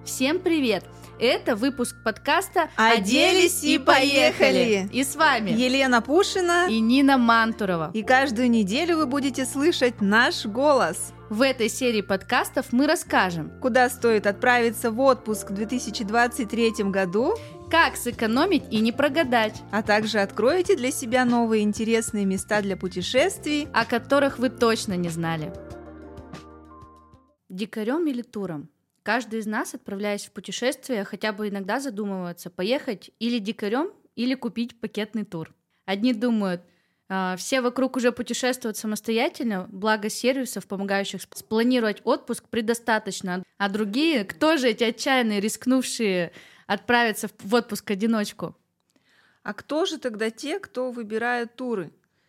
Всем привет! Это выпуск подкаста «Оделись и поехали!» И с вами Елена Пушина и Нина Мантурова. И каждую неделю вы будете слышать наш голос. В этой серии подкастов мы расскажем, куда стоит отправиться в отпуск в 2023 году, как сэкономить и не прогадать, а также откроете для себя новые интересные места для путешествий, о которых вы точно не знали. Дикарем или туром? Каждый из нас, отправляясь в путешествие, хотя бы иногда задумывается, поехать или дикарем, или купить пакетный тур. Одни думают, все вокруг уже путешествуют самостоятельно, благо сервисов, помогающих спланировать отпуск, предостаточно. А другие, кто же эти отчаянные, рискнувшие отправиться в отпуск одиночку? А кто же тогда те, кто выбирает туры?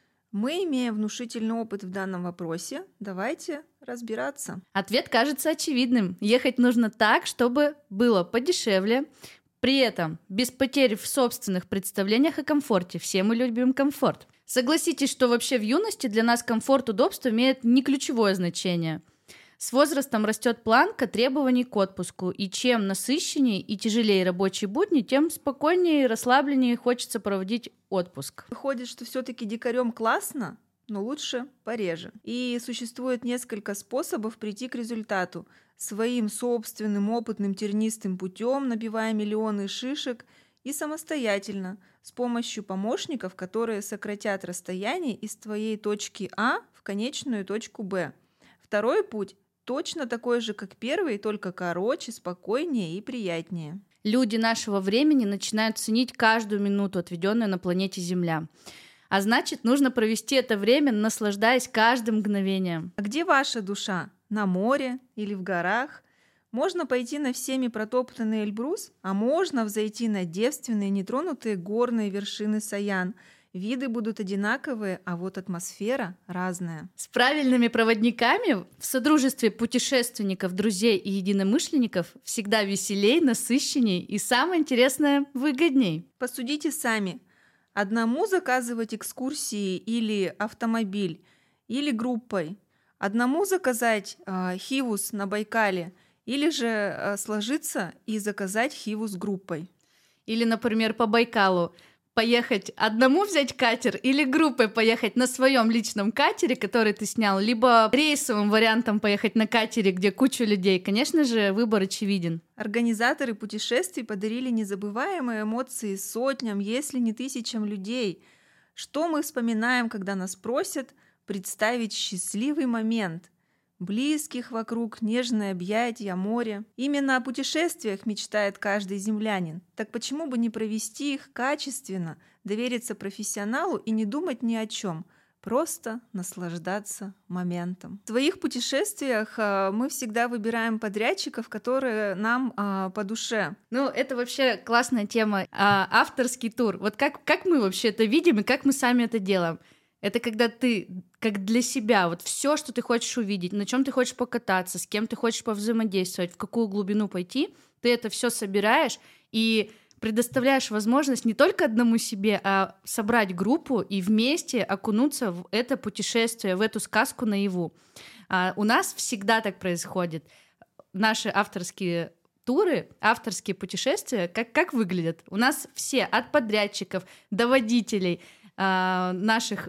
Мы имеем внушительный опыт в данном вопросе. Давайте разбираться. Ответ кажется очевидным. Ехать нужно так, чтобы было подешевле, при этом без потерь в собственных представлениях о комфорте. Все мы любим комфорт. Согласитесь, что вообще в юности для нас комфорт, удобство имеет не ключевое значение. С возрастом растет планка требований к отпуску, и чем насыщеннее и тяжелее рабочие будни, тем спокойнее и расслабленнее хочется проводить отпуск. Выходит, что все-таки дикарем классно, но лучше пореже. И существует несколько способов прийти к результату. Своим собственным опытным тернистым путем, набивая миллионы шишек, и самостоятельно, с помощью помощников, которые сократят расстояние из твоей точки А в конечную точку Б. Второй путь точно такой же, как первый, только короче, спокойнее и приятнее. Люди нашего времени начинают ценить каждую минуту, отведенную на планете Земля. А значит, нужно провести это время, наслаждаясь каждым мгновением. А где ваша душа? На море или в горах? Можно пойти на всеми протоптанный Эльбрус, а можно взойти на девственные, нетронутые горные вершины Саян. Виды будут одинаковые, а вот атмосфера разная. С правильными проводниками в содружестве путешественников, друзей и единомышленников всегда веселей, насыщенней и, самое интересное, выгодней. Посудите сами. Одному заказывать экскурсии или автомобиль, или группой. Одному заказать Хивус на Байкале, или же сложиться и заказать Хивус группой. Или, например, по Байкалу. Поехать одному взять катер или группой поехать на своем личном катере, который ты снял, либо рейсовым вариантом поехать на катере, где куча людей. Конечно же, выбор очевиден. Организаторы путешествий подарили незабываемые эмоции сотням, если не тысячам людей. Что мы вспоминаем, когда нас просят представить счастливый момент? Близких вокруг, нежное объятия, море. Именно о путешествиях мечтает каждый землянин. Так почему бы не провести их качественно, довериться профессионалу и не думать ни о чем? Просто наслаждаться моментом. В своих путешествиях мы всегда выбираем подрядчиков, которые нам по душе. Ну, это вообще классная тема. Авторский тур. Вот как мы вообще это видим и как мы сами это делаем? Это когда ты, как для себя, вот все, что ты хочешь увидеть, на чем ты хочешь покататься, с кем ты хочешь повзаимодействовать, в какую глубину пойти, ты это все собираешь и предоставляешь возможность не только одному себе, а собрать группу и вместе окунуться в это путешествие, в эту сказку наяву. У нас всегда так происходит. Наши авторские туры, авторские путешествия, как выглядят? У нас все, от подрядчиков до водителей, наших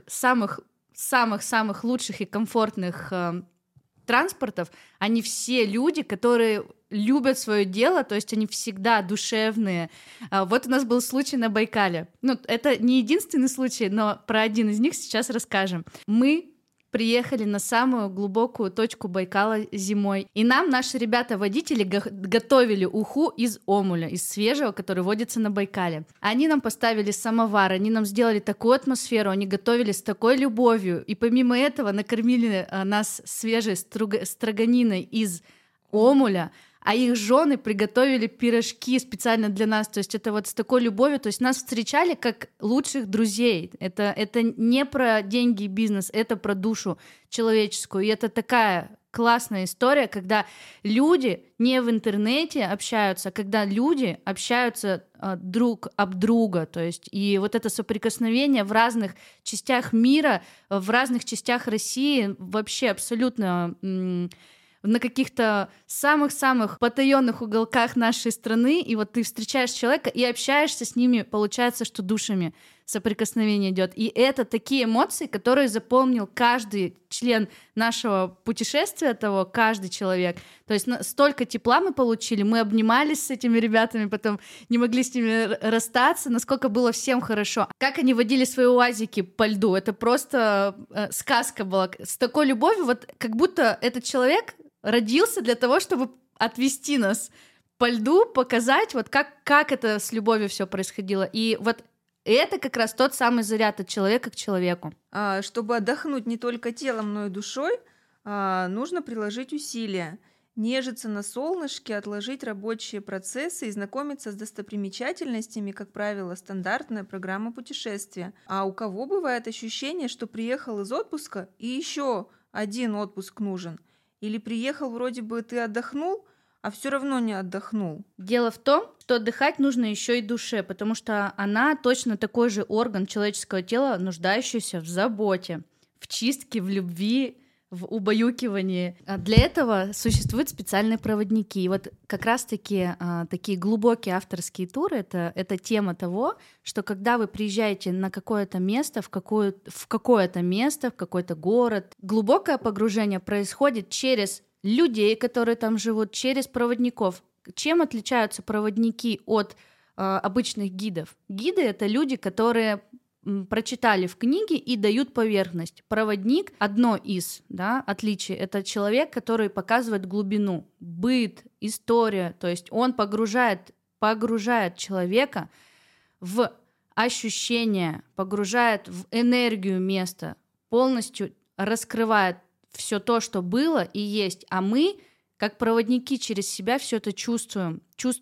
самых лучших и комфортных транспортов, они все люди, которые любят свое дело, то есть они всегда душевные. Вот у нас был случай на Байкале. Ну, это не единственный случай, но про один из них сейчас расскажем. Мы приехали на самую глубокую точку Байкала зимой. И нам наши ребята-водители готовили уху из омуля, из свежего, который водится на Байкале. Они нам поставили самовар, они нам сделали такую атмосферу, они готовили с такой любовью. И помимо этого накормили нас свежей строганиной из омуля, а их жены приготовили пирожки специально для нас, то есть это вот с такой любовью, то есть нас встречали как лучших друзей, это не про деньги и бизнес, это про душу человеческую, и это такая классная история, когда люди не в интернете общаются, а когда люди общаются друг об друга, то есть и вот это соприкосновение в разных частях мира, в разных частях России вообще абсолютно на каких-то самых-самых потаенных уголках нашей страны, и вот ты встречаешь человека и общаешься с ними, получается, что душами соприкосновение идет. И это такие эмоции, которые запомнил каждый член нашего путешествия того, каждый человек. То есть столько тепла мы получили, мы обнимались с этими ребятами, потом не могли с ними расстаться, насколько было всем хорошо. Как они водили свои уазики по льду, это просто сказка была. С такой любовью, вот как будто этот человек родился для того, чтобы отвести нас по льду, показать, вот как это с любовью все происходило. И вот это как раз тот самый заряд от человека к человеку. Чтобы отдохнуть не только телом, но и душой, нужно приложить усилия. Нежиться на солнышке, отложить рабочие процессы и знакомиться с достопримечательностями, как правило, стандартная программа путешествия. А у кого бывает ощущение, что приехал из отпуска и еще один отпуск нужен? Или приехал, вроде бы ты отдохнул, а все равно не отдохнул? Дело в том, что отдыхать нужно еще и душе, потому что она точно такой же орган человеческого тела, нуждающийся в заботе, в чистке, в любви, в убаюкивании. Для этого существуют специальные проводники. И вот как раз-таки такие глубокие авторские туры — это тема того, что когда вы приезжаете на какое-то место, в какое-то место, в какой-то город, глубокое погружение происходит через людей, которые там живут, через проводников. Чем отличаются проводники от обычных гидов? Гиды — это люди, которые прочитали в книге и дают поверхность. Проводник — одно из отличий. Это человек, который показывает глубину, быт, история. То есть он погружает человека в ощущения, погружает в энергию места, полностью раскрывает все то, что было и есть. А мы, как проводники, через себя все это чувствуем,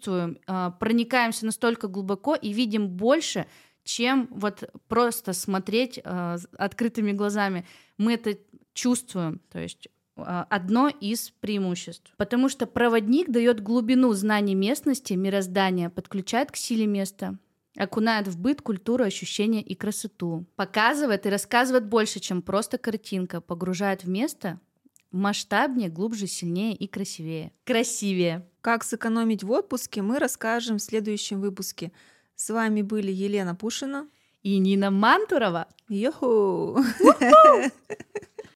проникаемся настолько глубоко и видим больше, чем вот просто смотреть открытыми глазами. Мы это чувствуем, то есть одно из преимуществ. Потому что проводник дает глубину знаний местности, мироздания, подключает к силе места, окунает в быт, культуру, ощущения и красоту. Показывает и рассказывает больше, чем просто картинка. Погружает в место масштабнее, глубже, сильнее и красивее. Как сэкономить в отпуске, мы расскажем в следующем выпуске. С вами были Елена Пушина и Нина Мантурова. Йоху!